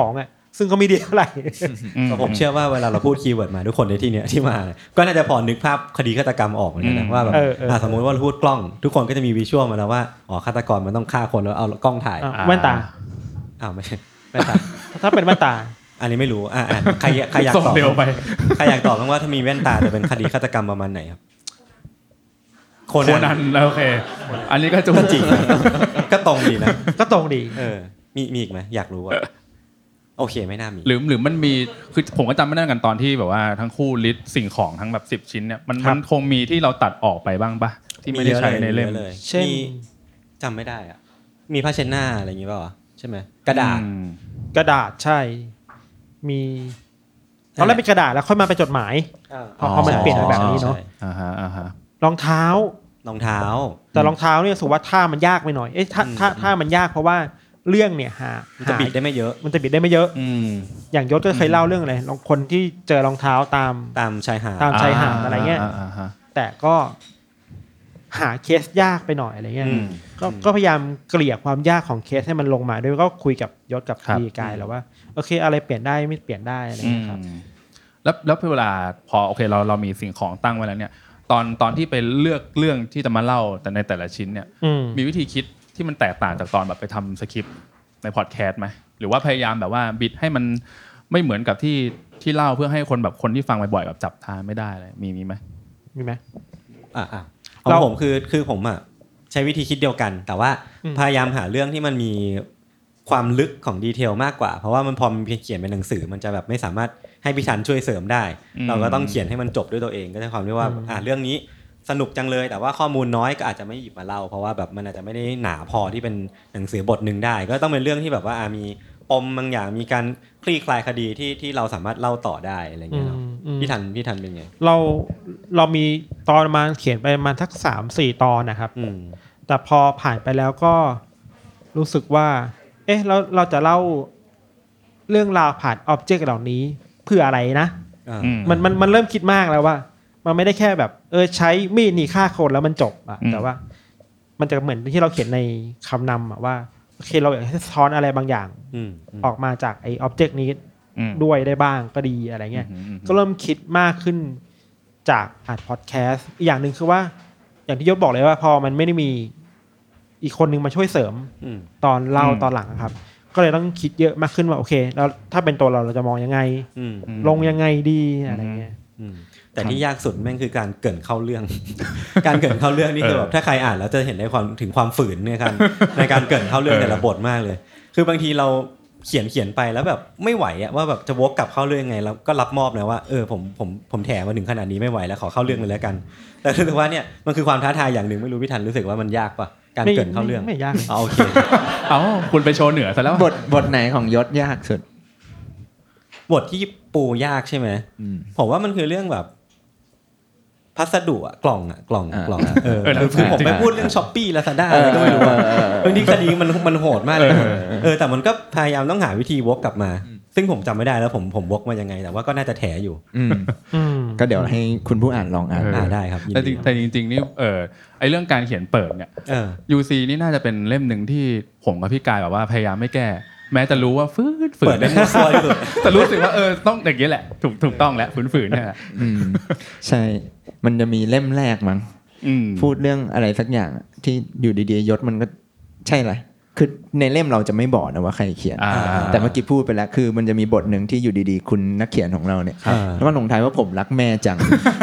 ซึ่งก็ไม่ดีเท่าไหร่ผมเชื่อว่าเวลาเราพูดคีย์เวิร์ดมาทุกคนในที่เนี้ยที่มาก็น่าจะพอนึกภาพคดีฆาตกรรมออกเหมือนกันนะว่าแบบสมมติว่าเราพูดกล้องทุกคนก็จะมีวิชวลมาแล้วว่าอ๋อฆาตกรมันต้องฆ่าคนแล้วเอากล้องถ่ายแว่นตาอ้าวไม่ใช่แว่นตาถ้าเป็นแว่นตาอันนี้ไม่รู้อ่าใครใครอยากตอบใครอยากตอบบ้างว่าถ้ามีแว่นตาจะเป็นคดีฆาตกรรมประมาณไหนครับโคนันโอเคอันนี้ก็จุจริงก็ตรงดีนะก็ตรงดีเออมีมีอีกไหมอยากรู้ว่าโอเคไม่น่ามีหรือหรือมันมีคือผมก็จำไม่ได้กันตอนที่แบบว่าทั้งคู่ลิสต์สิ่งของทั้งแบบสิบชิ้นเนี่ยมันมันคงมีที่เราตัดออกไปบ้างปะที่ไม่ได้ใช้ในเล่มเช่นจำไม่ได้อ่ะมีผ้าเช็ดหน้าอะไรอย่างงี้ป่าวใช่ไหมกระดาษกระดาษใช่มีตอนแรกเป็นกระดาษแล้วค่อยมาเป็นจดหมายพอพอมันเปลี่ยนแบบนี้เนาะอ่าฮะอ่าฮะรองเท้ารองเท้าแต่รองเท้าเนี่ยสุว่าท่ามันยากไปหน่อยเอ๊ะท่าท่าท่ามันยากเพราะว่าเรื่องเนี่ยหามันจะบิดได้ไม่เยอะมันจะบิดได้ไม่เยอะอย่างยศก็เคยเล่าเรื่องอะไรลองคนที่เจอรองเท้าตามตามชายหาดตามชายหาดอะไรเงี้ยแต่ก็หาเคสยากไปหน่อยอะไรเงี้ยก็ก็พยายามเกลี่ยความยากของเคสให้มันลงมาด้วยก็คุยกับยศกับดีกายแล้วว่าโอเคอะไรเปลี่ยนได้ไม่เปลี่ยนได้อะไรเงี้ยครับแล้วแล้วเวลาพอโอเคเราเรามีสิ่งของตั้งไว้แล้วเนี่ยตอนตอนที่ไปเลือกเรื่องที่จะมาเล่าแต่ในแต่ละชิ้นเนี่ยมีวิธีคิดที่มันแตกต่างจากตอนแบบไปทำสคริปต์ในพอดแคสต์ไหมหรือว่าพยายามแบบว่าบิดให้มันไม่เหมือนกับที่ที่เล่าเพื่อให้คนแบบคนที่ฟังบ่อยๆแบบจับทางไม่ได้เลยมีมีไหมมีไหมอ่าอ่าของผมคือคือผมอ่ะใช้วิธีคิดเดียวกันแต่ว่าพยายามหาเรื่องที่มันมีความลึกของดีเทลมากกว่าเพราะว่ามันพอมันเขียนเป็นหนังสือมันจะแบบไม่สามารถให้พี่ชันช่วยเสริมได้เราก็ต้องเขียนให้มันจบด้วยตัวเองก็ใช้ความที่ว่าอ่าเรื่องนี้สนุกจังเลยแต่ว่าข้อมูลน้อยก็อาจจะไม่หยิบมาเล่าเพราะว่าแบบมันอาจจะไม่ได้หนาพอที่เป็นหนังสือบทนึงได้ก็ต้องเป็นเรื่องที่แบบว่าอ่ามีปมบางอย่างมีการคลี่คลายคดีที่ที่เราสามารถเล่าต่อได้อะไรเงี้ยเนาะพี่ทันพี่ทันเป็นไงเราเรามีตอนมาเขียนไปประมาณทัก สามสี่ ตอนนะครับแต่พอผ่านไปแล้วก็รู้สึกว่าเอ๊ะเราเราจะเล่าเรื่องราวผ่านอ็อบเจกต์เหล่านี้เพื่ออะไรนะมันมันมันเริ่มคิดมากแล้วว่ามันไม่ได้แค่แบบเออใช้มีดนี่ฆ่าคนแล้วมันจบอ่ะแต่ว่ามันจะเหมือนที่เราเขียนในคำนำอ่ะว่าโอเคเราอยากให้สะท้อนอะไรบางอย่างออกมาจากไอ้อ็อบเจกต์นี้ด้วยได้บ้างก็ดีอะไรเงี้ยก็เริ่มคิดมากขึ้นจากอ่านพอดแคสต์อีกอย่างนึงคือว่าอย่างที่ยศบอกเลยว่าพอมันไม่ได้มีอีกคนนึงมาช่วยเสริมตอนเล่าตอนหลังครับก็เลยต้องคิดเยอะมากขึ้นว่าโอเคแล้วถ้าเป็นตัวเราเราจะมองยังไงลงยังไงดีอะไรเงี้ยแต่ที่ยากสุดแม่งคือการเกริ่นเข้าเรื่อง การเกริ่นเข้าเรื่องนี่คือแบบถ้าใครอ่านแล้วจะเห็นได้ความถึงความฝืนในการในการเกริ่นเข้าเรื่องแต่ละบทมากเลยคือบางทีเราเขียนเขียนไปแล้วแบบไม่ไหวอะว่าแบบจะวกกลับเข้าเรื่องยังไงแล้วก็รับมอบนะว่าเออผมผมผมแถมาถึงขนาดนี้ไม่ไหวแล้วขอเข้าเรื่องเลยแล้วกันแต่รู้สึกว่าเนี่ยมันคือความท้าทายอย่างนึงไม่รู้พี่ทันรู้สึกว่ามันยากป่ะการเกริ่นเข้าเรื่องไม่ยากอ๋อโอเคเอ้าคุณไปโชว์เหนือซะแล้วบทบทไหนของยศยากสุดบทที่ปูยากใช่ไหมผมว่ามันคือเรื่องแบบพัสดุอ่ะกล่องอ่ะกล่องกล่องเออคือผมไปพูดเรื่อง Shopee Lazada อะไรก็ไม่รู้อ่ะบางทีคดีมันมันโหดมากเลยเออแต่มันก็พยายามต้องหาวิธีวกกลับมาซึ่งผมจำไม่ได้แล้วผมผมวกมายังไงแต่ว่าก็น่าจะแถอยู่ก็เดี๋ยวให้คุณผู้อ่านลองอ่านอ่าได้ครับแต่แต่จริงๆนี่เออไอเรื่องการเขียนเปิดเนี่ย ยู ซี นี่น่าจะเป็นเล่มนึงที่ผมกับพี่กายแบบว่าพยายามไม่แก้แม้จะรู้ว่าฝืนฝืนได้มั่วซั่วที่สุดแต่รู้สึกว่าเออต้องอย่างนี้แหละถูกถูกต้องแล้วฝืนๆเนี่ยใช่มันจะมีเล่มแรกมั้งพูดเรื่องอะไรสักอย่างที่อยู่ดีๆยศมันก็ใช่ไรคือในเล่มเราจะไม่บอกนะว่าใครเขียนแต่เมื่อกี้พูดไปแล้วคือมันจะมีบทหนึ่งที่อยู่ดีๆคุณนักเขียนของเราเนี่ยแล้วก็ลงท้ายว่าผมรักแม่จัง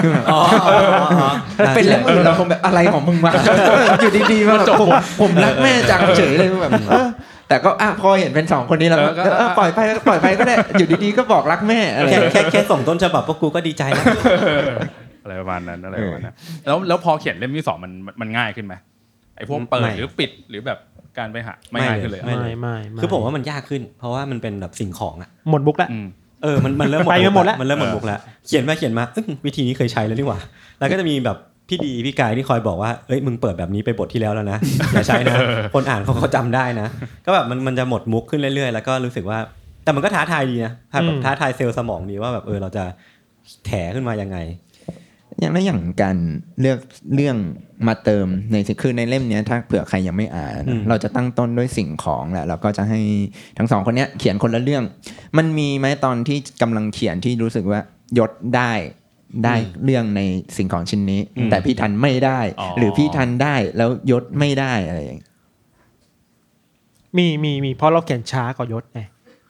เป็นเล่มอื่นเราคงแบบอะไรของมึงมาอยู่ดีๆมาแบบผมผมรักแม่จังเฉยเลยแบบแต่ก็อ่ะพอเห็นเป็นสองคนนี้แล้วก็ปล่อยไปปล่อยไปก็ได้อยู่ดีๆก็บอกรักแม่อะไรแค่แค่แค่ส่งต้นฉบับพวกกูก็ดีใจแล้วอะไรประมาณนั้นอะไรประมาณนั้นแล้วแล้วพอเขียนเล่มที่สองมันมันง่ายขึ้นไหมไอ้พวกเปิดหรือปิดหรือแบบการไปหาไม่ง่ายขึ้นเลยไม่ไม่คือผมว่ามันยากขึ้นเพราะว่ามันเป็นแบบสิ่งของอ่ะหมดบุ๊กแล้วเออมันมันเริ่มหมดไปหมดแล้วมันเริ่มหมดบุ๊กแล้วเขียนมาเขียนมาวิธีนี้เคยใช้แล้วนี่หว่าแล้วก็จะมีแบบพี่ดีพี่กายที่คอยบอกว่าเอ้ยมึงเปิดแบบนี้ไปบทที่แล้วแล้วนะอย่าใช้นะคนอ่านเขาเขาจำได้นะก็แบบมันมันจะหมดมุกขึ้นเรื่อยๆแล้วก็รู้สึกว่าแต่มันก็ท้าทายดีนะแบบท้าทายเซลล์สมองดีว่าแบบเออเราจะแถขึ้นมายังไงอย่างนั้นอย่างการเลือกเรื่องมาเติมในคือในเล่มนี้ถ้าเผื่อใครยังไม่อ่านเราจะตั้งต้นด้วยสิ่งของแหละเราก็จะให้ทั้งสองคนนี้เขียนคนละเรื่องมันมีไหมตอนที่กำลังเขียนที่รู้สึกว่ายศได้ได้เรื่องในสิ่งของชิ้นนี้แต่พี่ทันไม่ได้หรือพี่ทันได้แล้วยศไม่ได้อะไรอย่างมีมีมีเพราะเราเขียนช้ากว่ายศไง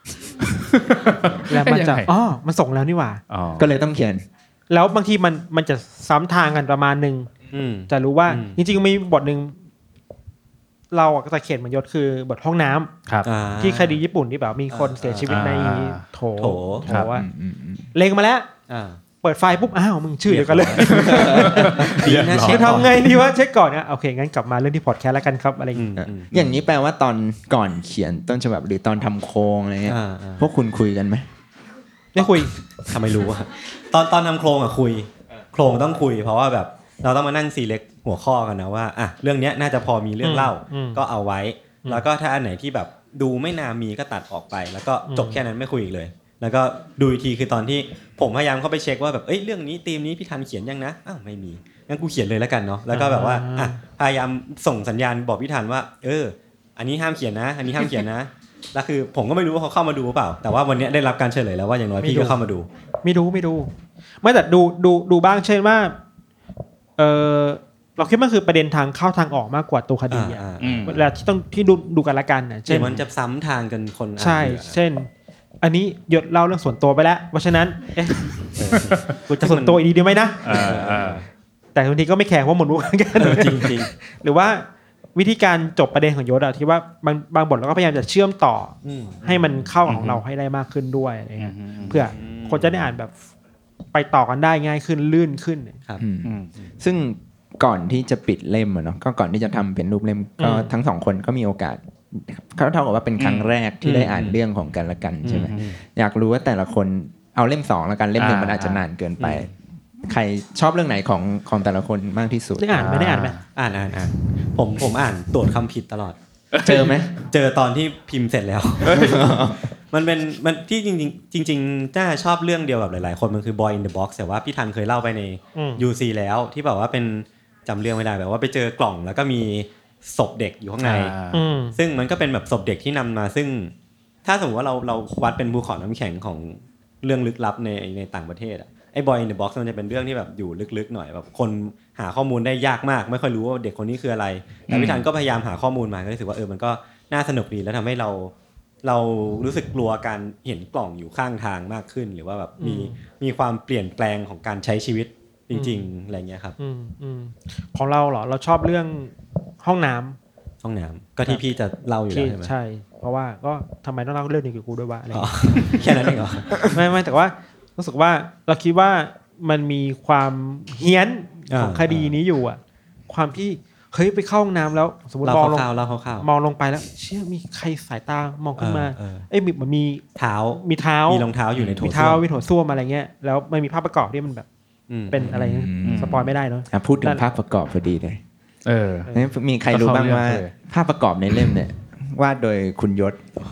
แล้วมันจะอ๋อมันส่งแล้วนี่หว่าก็เลยต้องเขียนแล้วบางทีมันมันจะซ้ำทางกันประมาณนึงจะรู้ว่าจริงๆมีบทนึงเราก็จะเขียนเหมือนยศคือบทห้องน้ำที่คดีญี่ปุ่นที่แบบมีคนเสียชีวิตในโถโถว่าเล็งมาแล้วเปิดไฟปุ๊บอ้าวมึงชื่อเดียวกันเลยจะทำไงดีวะเช็คก่อนนะโอเคงั้นกลับมาเรื่องที่พอดแคสต์แล้วกันครับอะไรอย่างเงี้ยอย่างนี้แปลว่าตอนก่อนเขียนต้นฉบับหรือตอนทำโครงอะไรเงี้ยพวกคุณคุยกันไหมไม่คุยทำไมรู้อะตอนตอนทำโครงอะคุยโครงต้องคุยเพราะว่าแบบเราต้องมานั่งซีเล็กหัวข้อกันนะว่าอ่ะเรื่องนี้น่าจะพอมีเรื่องเล่าก็เอาไว้แล้วก็ถ้าอันไหนที่แบบดูไม่น่ามีก็ตัดออกไปแล้วก็จบแค่นั้นไม่คุยอีกเลยแล้วก็ดูอีกทีคือตอนที่ผมพยายามเข้าไปเช็คว่าแบบเอ้ยเรื่องนี้ธีมนี้พี่ทันเขียนยังนะอ้าวไม่มีงั้นกูเขียนเลยแล้วกันเนาะแล้วก็แบบว่าอ่ะพยายามส่งสัญญาณบอกพี่ทันว่าเอออันนี้ห้ามเขียนนะอันนี้ห้ามเขียนนะแล้วคือผมก็ไม่รู้ว่าเขาเข้ามาดูหรือเปล่าแต่ว่าวันนี้ได้รับการเฉลยแล้วว่าอย่างน้อยพี่ก็เข้ามาดูไม่ดูไม่ดูไม่แต่ดูดูดูบ้างเช่นว่าเออเราคิดว่าคือประเด็นทางเข้าทางออกมากกว่าตัวคดีอ่ะเวลาที่ต้องที่ดูดูกันละกันน่ะเช่นมันจะซ้ำทางกันคนใช่เช่นอันนี้หยดเล่าเรื่องส่วนตัวไปแล้วเพราะฉะนั้นเอ๊ะกูจะส่วนตัวอีกดีไหมนะแต่บางทีก็ไม่แข่งว่าหมดรู้กันจริงๆหรือว่าวิธีการจบประเด็นของยศอะที่ว่าบางบางบทเราก็พยายามจะเชื่อมต่อให้มันเข้าของเราให้ได้มากขึ้นด้วยอะไรเงี้ยเพื่อคนจะได้อ่านแบบไปต่อกันได้ง่ายขึ้นลื่นขึ้นครับซึ่งก่อนที่จะปิดเล่มอะเนาะก็ก่อนที่จะทำเป็นรูปเล่มก็ทั้งสองคนก็มีโอกาสเขาเท่ากับว่าเป็นครั้งแรกที่ได้อ่านเรื่องของกันและกันใช่ไหมอยากรู้ว่าแต่ละคนเอาเล่มสองแล้วกันเล่มหนึ่งมันอาจจะนานเกินไปใครชอบเรื่องไหนของของแต่ละคนมากที่สุดได้อ่านไหมได้อ่านไหมอ่านอ่านอ่านผมผมอ่านตรวจคำผิดตลอดเจอไหมเจอตอนที่พิมพ์เสร็จแล้วมันเป็นมันที่จริงจริงจริงๆน่าชอบเรื่องเดียวกับหลายๆคนมันคือ Boy in the Box แต่ว่าพี่ทันเคยเล่าไปใน ยู ซี แล้วที่แบบว่าเป็นจำเรื่องไม่ได้แบบว่าไปเจอกล่องแล้วก็มีศพเด็กอยู่ข้างในซึ่งมันก็เป็นแบบศพเด็กที่นำมาซึ่งถ้าสมมติว่าเราเราวัดเป็นภูเขาน้ำแข็งของเรื่องลึกลับในในต่างประเทศอะไอ้ Boy in the Box มันจะเป็นเรื่องที่แบบอยู่ลึกๆหน่อยแบบคนหาข้อมูลได้ยากมากไม่ค่อยรู้ว่าเด็กคนนี้คืออะไรแต่พี่ทันก็พยายามหาข้อมูลมาก็รู้สึกว่าเออมันก็น่าสนุกดีแล้วทำให้เราเรารู้สึกกลัวการเห็นกล่องอยู่ข้างทางมากขึ้นหรือว่าแบบมีมีความเปลี่ยนแปลงของการใช้ชีวิตจริงๆอะไรเงี้ยครับของเราเหรอเราชอบเรื่องห้องน้ำห้องน้ำก็ที่พี่จะเล่าอยู่แล้วใช่ไหมใช่เพราะว่าก็ทำไมต้องเล่าเรื่องนี้กับกูด้วยวะอะไรแค่นั้นเองเหรอไม่ไม่แต่ว่ารู้สึกว่าเราคิดว่ามันมีความเฮี้ยนของคดีนี้อยู่อ่ะความที่เฮ้ยไปเข้าห้องน้ำแล้วสมมติมองลงมองลงไปแล้วเชื่อมีใครสายตามองขึ้นมาเอ้ยมันมีเท้ามีเท้ามีรองเท้าอยู่ในโถส้วมมีเท้ามีโถส้วมอะไรเงี้ยแล้วมันมีภาพประกอบที่มันแบบเป็นอะไรสปอยไม่ได้เนาะพูดถึงภาพประกอบพอดีเลยเออมีใครรู้บ้างว่าภาพประกอบในเล่มเนี่ยวาดโดยคุณยศ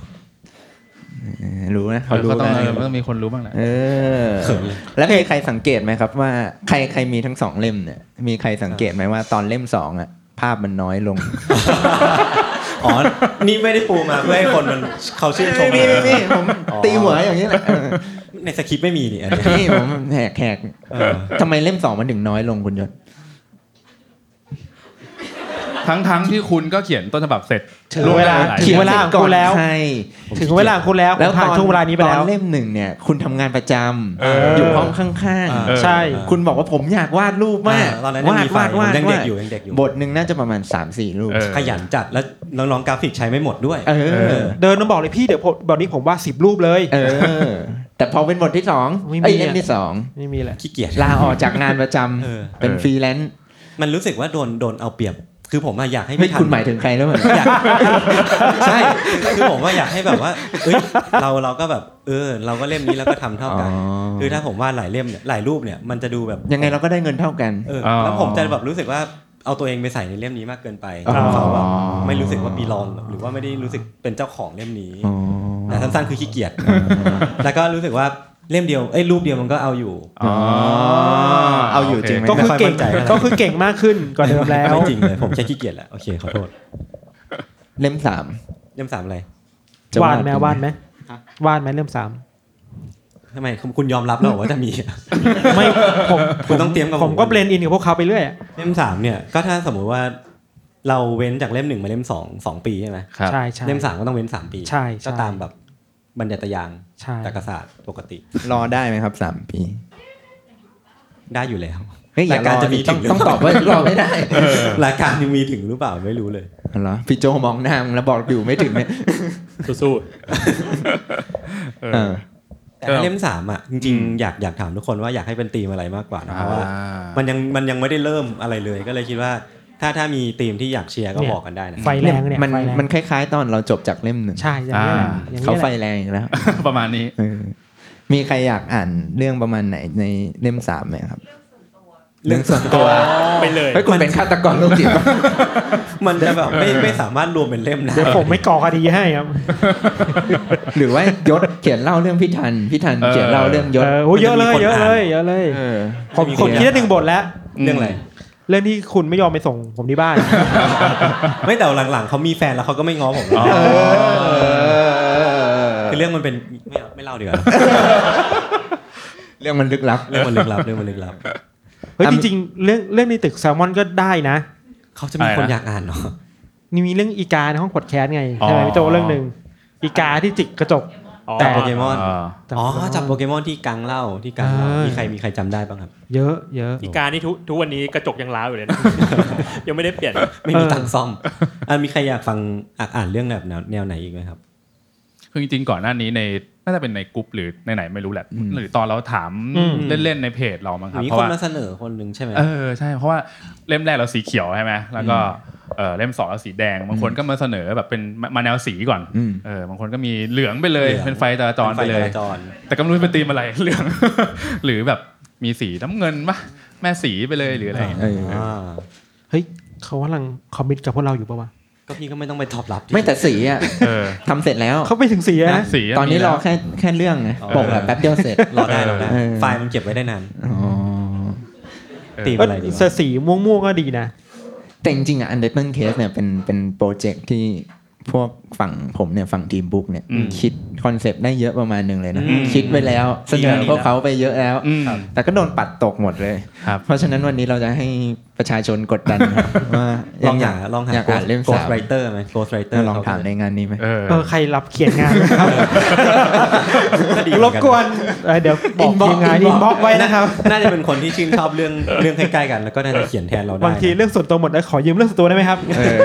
รู้นะเขารู้ต้องต้องมีคนรู้บ้างแหละเออแล้วมีใครสังเกตไหมครับว่าใครใครมีทั้งสองเล่มเนี่ยมีใครสังเกตไหมว่าตอนเล่มสองอ่ะภาพมันน้อยลงอ๋อนี่ไม่ได้ปูมาเพื่อให้คนมันเขาชื่นชมนี่นี่ผมตีหัวอย่างนี้แหละในสคริปต์ไม่มีนี่อันนี้ผมแหกแหกทำไมเล่มสองมันถึงน้อยลงคุณยศทั้งๆที่คุณก็เขียนต้นฉบับเสร็จถึงเวลาถึงเวลาก่อนแล้วถึงเวลาคุณแล้วแล้วผ่านช่วงเวลานี้ไปแล้วตอนเล่มหนึ่งเนี่ยคุณทำงานประจำอยู่ห้องข้างๆใช่คุณบอกว่าผมอยากวาดรูปมากวาดวาดวาดยังเด็กอยู่ยังเด็กอยู่บทหนึ่งน่าจะประมาณ สามสี่ รูปขยันจัดแล้วน้องๆกราฟิกใช้ไม่หมดด้วยเดินมาบอกเลยพี่เดี๋ยวบทนี้ผมวาดสิบรูปเลยแต่พอเป็นบทที่สองไอ้เล่มที่สองไม่มีแหละขี้เกียจลาออกจากงานประจำเป็นฟรีแลนซ์มันรู้สึกว่าโดนโดนเอาเปรียบคือผมอยากให้พี่ทันคุณหมายถึงใครแล้วเหมือนใช่คือผมว่าอยากให้แบบว่าเอ้ยเราเราก็แบบเออเราก็เล่มนี้แล้วก็ทำเท่ากันคือถ้าผมวาดหลายเล่มเนี่ยหลายรูปเนี่ยมันจะดูแบบยังไงเราก็ได้เงินเท่ากันเออแล้วผมจะแบบรู้สึกว่าเอาตัวเองไปใส่ในเล่มนี้มากเกินไปเขาแบบไม่รู้สึกว่าบีลองหรือว่าไม่ได้รู้สึกเป็นเจ้าของเล่มนี้แต่สั้นๆคือขี้เกียจแล้วก็รู้สึกว่าเล่มเดียวเอ้ยรูปเดียวมันก็เอาอยู่อ๋อเอาอยู่จริงไหมก็คือเก่งก็คือเก่งมากขึ้นกว่าเดิมแล้วไม่จริงเลยผมแค่ขี้เกียจแหละโอเคขอโทษเล่มสามเล่มสามอะไรวาดไหมวาดไหมวาดไหมเล่มสามทำไมคุณยอมรับแล้วว่าจะมีไม่ผมคุณต้องเตรียมกับผมก็เบลนด์อินกับพวกเขาไปเรื่อยเล่มสามเนี่ยก็ถ้าสมมุติว่าเราเว้นจากเล่มหนึ่งมาเล่มสองสองปีใช่ไหมใช่ใช่เล่มสามก็ต้องเว้นสามปีใช่ก็ตามแบบบรรยัตยางตรรกศาสตร์ปกติรอได้ไหมครับสามปีได้อยู่แล้วรายการจะมีถึงต้องตอบว่ารอไม่ได้รายการยังมีถึงหรือเปล่าไม่รู้เลยเหรอพี่โจมองหน้าแล้วบอกอยู่ไม่ถึงเนี่ยสู้ๆแต่เล่มสามอ่ะจริงๆอยากอยากถามทุกคนว่าอยากให้เป็นธีมอะไรมากกว่านะเพราะว่ามันยังมันยังไม่ได้เริ่มอะไรเลยก็เลยคิดว่าถ้าถ้ามีธีมที่อยากเชียร์ก็บอกกันได้นะไฟแรงเนี่ยมันมันคล้ายๆตอนเราจบจากเล่มหนึ่งใช่อย่างนี้เขาไฟแรงแล้วประมาณนี้มีใครอยากอ่านเรื่องประมาณไหนในเล่มสามไหมครับเรื่องส่วนตัวไปเลยเฮ้ยคุณเป็นฆาตกรโรคจิตมันจะแบบไม่ไม่สามารถรวมเป็นเล่มนะเดี๋ยวผมไม่ก่อคดีให้ครับหรือว่ายศเขียนเล่าเรื่องพี่ทันพี่ทันเขียนเล่าเรื่องยศโอ้เยอะเลยเยอะเลยเยอะเลยผมคนคิดได้หนึ่งบทแล้วเรื่องอะไรเรื่องที่คุณไม่ยอมไปส่งผมที่บ้านไม่แต่หลังๆเขามีแฟนแล้วเขาก็ไม่ง้อผมคือเรื่องมันเป็นไม่ไม่เล่าดีกว่าเรื่องมันลึกลับเรื่องมันลึกลับเรื่องมันลึกลับเฮ้ยจริงๆเรื่องเรื่องในตึกแซลมอนก็ได้นะเขาจะมีคนอยากอ่านเนาะนี่มีเรื่องอีกาในห้องพอดแคสต์ไงใช่ไหมพี่โจเรื่องนึงอีกาที่จิกกระจกแต่โปเกมอนอ๋อจับโปเกมอนที่กังเล่าที่กังเล่ามีใครมีใครจำได้บ้างครับเยอะเยอะอีกานี่ทุกทุกวันนี้กระจกยังร้าวอยู่เลยนะยังไม่ได้เปลี่ยนไม่มีตังค์ซ่อมอ่ะมีใครอยากฟังอ่านเรื่องแบบแนวไหนอีกไหมครับคือจริงๆก่อนหน้านี้ในน่าจะเป็นในกลุ่มหรือในไหนไม่รู้แหละหรือตอนเราถามเล่นๆในเพจเรามั้งครับเพราะว่ามีคนมาเสนอคนนึงใช่ไหมเออใช่เพราะว่าเล่มแรกเราสีเขียวใช่ไหมแล้วก็เออเล่มสองเราสีแดงบางคนก็มาเสนอแบบเป็นมาแนวสีก่อนเออบางคนก็มีเหลืองไปเลยเป็นไฟจราจรไปเลยแต่ก็ไม่รู้เป็นธีมอะไรเหลืองหรือแบบมีสีน้ำเงินปะแม่สีไปเลยหรืออะไรเฮ้ยเขากำลังคอมมิตกับพวกเราอยู่ปะวะก็พี่ก็ไม่ต้องไปตอบรับไม่แต่สีอ่ะทำเสร็จแล้วเขาไปถึงสีนะตอนนี้รอแค่แค่เรื่องไงบอกแบบแป๊บเดียวเสร็จรอได้รอได้ไฟล์มันเก็บไว้ได้นานตีมอะไรดีสีม่วงๆก็ดีนะแต่จริงๆอ่ะ Undertale Case เนี่ยเป็นเป็นโปรเจกต์ที่พวกฝั่งผมเนี่ยฝั่งทีมบุ๊กเนี่ยคิดคอนเซปต์ได้เยอะประมาณนึงเลยนะคิดไว้แล้วเสนอพวกเขาไปเยอะแล้วแต่ก็โดนปัดตกหมดเลยเพราะฉะนั้นวันนี้เราจะให้ประชาชนกดดันว่าลองอยากลองหาอยากอ่านเล่ม Ghost Writer มั้ย Ghost Writer ลองถามในงานนี้มั้ยเออใครรับเขียนงานครับรบกวนเดี๋ยวบอกทีมงานอินบ็อกซ์ไว้นะครับน่าจะเป็นคนที่ชื่นชอบเรื่องเรื่องใกล้ๆกันแล้วก็น่าจะเขียนแทนเราได้บางทีเรื่องส่วนตัวหมดแล้วขอยืมเรื่องส่วนตัวได้มั้ยครับเออ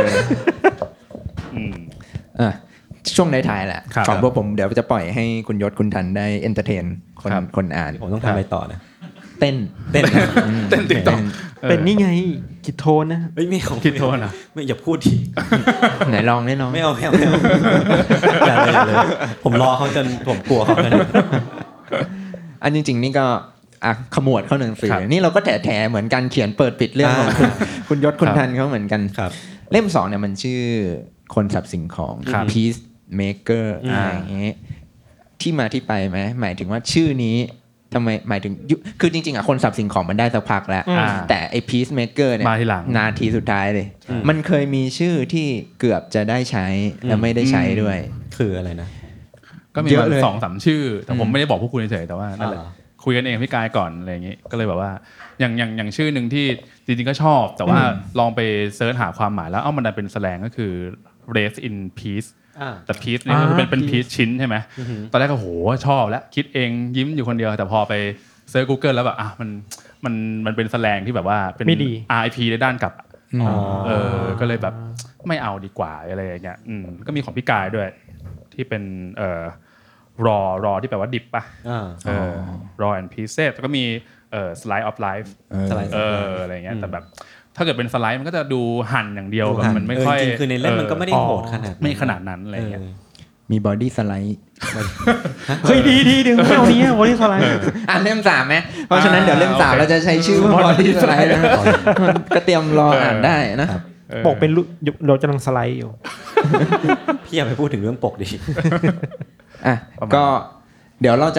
อ่ะช่วงในท้ายแหละของพวกผมเดี๋ยวจะปล่อยให้คุณยศคุณทันได้เอนเตอร์เทนคนคนอ่านผมต้องทำอะไรต่อนะเต้นเต้นเต้นติ๊กต็อกเป็นนี่ไงกิโทนนะเฮ้ยไม่ของกิโทนอ่ะไม่อย่าพูดดิไหนลองได้น้องไม่เอาไม่เอาไม่เอาอย่าเลยเลยผมรอเขาจนผมกลัวเขาเลยอันจริงๆนี่ก็อ่ะขมวดเข้าหนังสือนี่เราก็แถๆเหมือนกันเขียนเปิดปิดเรื่องของคุณยศคุณทันเขาเหมือนกันเล่มสองเนี่ยมันชื่อคนสับสิ่งของ Peace Maker อะไรอย่างเงี้ยที่มาที่ไปไหมหมายถึงว่าชื่อนี้ทำไมหมายถึงคือจริงๆอ่ะคนสับสิ่งของมันได้สักพักแล้วแต่ไอ้ Peace Maker เนี่ยนาทีสุดท้ายเลยมันเคยมีชื่อที่เกือบจะได้ใช้และไม่ได้ใช้ด้วยคืออะไรนะก็มีสองสามชื่อแต่ผมไม่ได้บอกพวกคุณเฉยๆแต่ว่านั่นแหละคุยกันเองพี่กายก่อนอะไรอย่างงี้ก็เลยแบบว่าอย่างอย่างอย่างชื่อหนึ่งที่จริงๆก็ชอบแต่ว่าลองไปเสิร์ชหาความหมายแล้วเอ้ามันเป็นแสลงก็คือ rest in peace แต่ peace นี่ก็เป็นเป็น peace ชิ้นใช่ไหมตอนแรกก็โหชอบแล้วคิดเองยิ้มอยู่คนเดียวแต่พอไปเสิร์ช Google แล้วแบบอ่ะมันมันมันเป็นแสลงที่แบบว่าเป็น อาร์ ไอ พี ในด้านกลับเออก็เลยแบบไม่เอาดีกว่าอะไรอย่างเงี้ยก็มีของพี่กายด้วยที่เป็นเอ่อรอรอที่แปลว่าดิบป่ะเออ raw and pieces แล้วก็มีเอ่อ slice of life เอออะไรเงี้ยแต่แบบถ้าเกิดเป็นสไลด์มันก็จะดูหั่นอย่างเดียวแบบมันไม่ค่อยจริงๆคือในเล่มมันก็ไม่ได้โหดขนาดไม่ขนาดนั้นอะไรเงี้ยมีบอดี้สไลด์เฮ้ยดีดีดึงแนวนี้บอดี้สไลด์อ่านเล่มสามไหมเพราะฉะนั้นเดี๋ยวเล่มสามเราจะใช้ชื่อว่าบอดี้สไลด์นะก็เตรียมรออ่านได้นะปกเป็นเราจะกำลังสไลด์อยู่พี่อย่าไปพูดถึงเรื่องปกดิอ่ะก็เดี๋ยวเราจะ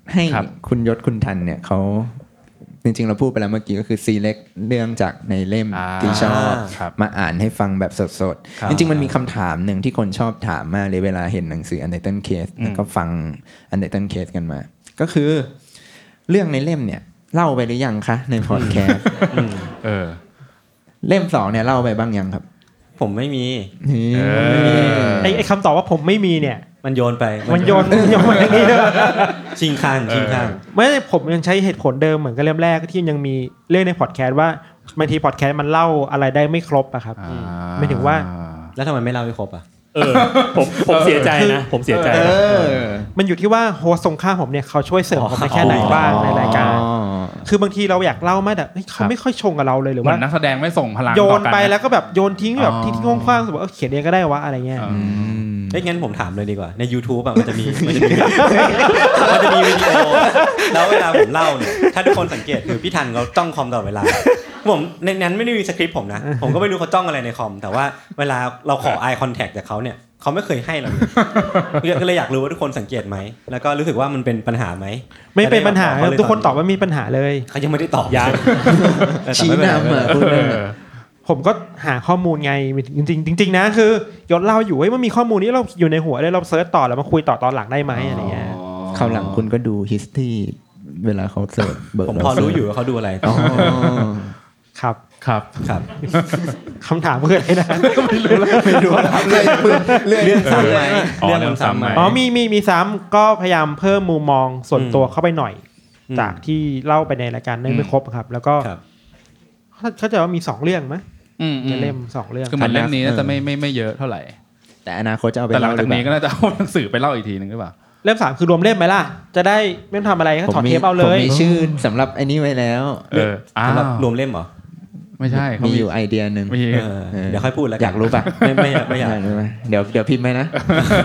ให้คุณยศคุณทันเนี่ยเขาจริงๆเราพูดไปแล้วเมื่อกี้ก็คือ select เรื่องจากในเล่มที่ชอบมาอ่านให้ฟังแบบสดๆจริงๆมันมีคำถามหนึ่งที่คนชอบถามมากเลยเวลาเห็นหนังสือ Untitled Case แล้วก็ฟัง Untitled Case กันมาก็คือเรื่องในเล่มเนี่ยเล่าไปหรือยังคะในพอดแคสต์เออเล่มสองเนี่ยเล่าไปบ้างยังครับผมไม่มีไอ้ไอ้คำตอบว่าผมไม่มีเนี่ยมันโยนไปมันโยนโยนอย่างนี้ชิงข้างชิงข้างไม่ผมยังใช้เหตุผลเดิมเหมือนกับเล่มแรกที่ยังมีเรื่องในพอดแคสต์ว่าบางทีพอดแคสต์มันเล่าอะไรได้ไม่ครบอะครับหมายถึงว่าแล้วทำไมไม่เล่าให้ครบอะเออผมผมเสียใจนะผมเสียใจมันอยู่ที่ว่าโฮสต์ตรงข้ามผมเนี่ยเขาช่วยเสริมผมไปแค่ไหนบ้างในรายการคือบางทีเราอยากเล่ามากแต่เขาไม่ค่อยชงกับเราเลยหรือว่านักแสดงไม่ส่งพลังโยนไปแล้วก็แบบโยนทิ้งแบบทิ้งคว้างๆสมมติเขียนเองก็ได้วะอะไรเงี้ยเอ้ยงั้นผมถามเลยดีกว่าใน YouTube อ่ะมันจะมีมันจะมีมันจะมีวิดีโอแล้วเวลาผมเล่าเนี่ยถ้าทุกคนสังเกตคือพี่ทันเขาจ้องคอมตลอดเวลาผมในนั้นไม่ได้มีสคริปต์ผมนะผมก็ไม่รู้เขาจ้องอะไรในคอมแต่ว่าเวลาเราขอ eye contact จากเขาเนี่ยเขาไม่เคยให้เราก็เลยอยากรู้ว่าทุกคนสังเกตไหมแล้วก็รู้สึกว่ามันเป็นปัญหาไหมไม่เป็นปัญหาทุกคนตอบว่ามีปัญหาเลยเขายังไม่ได้ตอบยังชี้นำอ่ะผมก็หาข้อมูลไงจริงๆจริงๆนะคือยศเล่าอยู่ว่ามันมีข้อมูลนี้เราอยู่ในหัวเลยเราเซิร์ชต่อแล้วมาคุยต่อตอนหลังได้ไหมอะไรเงี้ยคราวหลังคุณก็ดู history เวลาเขาเสิร์ชผมพอรู้อยู่ว่าเขาดูอะไรครับครับครับคำถามคืออะไรนะไม่รู้แล้วไม่รู้เลยเรื่องซ้ำไหมเรื่องซ้ำไหมอ๋อมีมีมีซ้ำก็พยายามเพิ่มมุมมองส่วนตัวเข้าไปหน่อยจากที่เล่าไปในรายการได้ไม่ครบครับแล้วก็เขาจะว่ามีสองเรื่องมั้ยในเล่มสองเรื่องคือมันเล่มนี้น่าจะไม่ไม่ไม่เยอะเท่าไหร่แต่อนาคตจะเอาไปเล่าแต่หลังจากนี้ก็น่าจะเอาหนังสือไปเล่าอีกทีนึงหรือเปล่าเล่มสามคือรวมเล่มไหมล่ะจะได้ไม่ต้องทำอะไรก็ถอดเทปเอาเลยผมมีชื่อสำหรับไอ้นี้ไว้แล้วเออสำหรับรวมเล่มเหรอไม่ใช่มีอยู่ไอเดียนึงเดี๋ยวค่อยพูดแล้วอยากรู้ป่ะไม่ไม่ไม่อยากเดี๋ยวเดี๋ยวพิมพ์ไหมนะ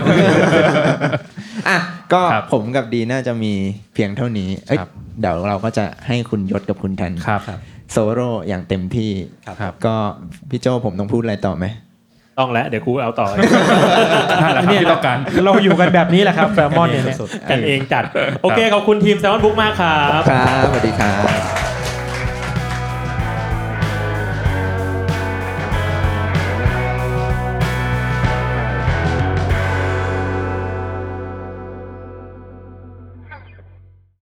อ่ะก็ผมกับดีน่าจะมีเพียงเท่านี้เดี๋ยวเราก็จะให้คุณยศกับคุณทันโซโล่อย่างเต็มที่ก็พี่โจผมต้องพูดอะไรต่อไหมต้องแล้วเดี๋ยวครูเอาต่อเนี่ยเราการเราอยู่กันแบบนี้แหละครับแซลมอนเนี่ยกันเองจัดโอเคขอบคุณทีมแซลมอนบุ๊กมากครับครับสวัสดีครับ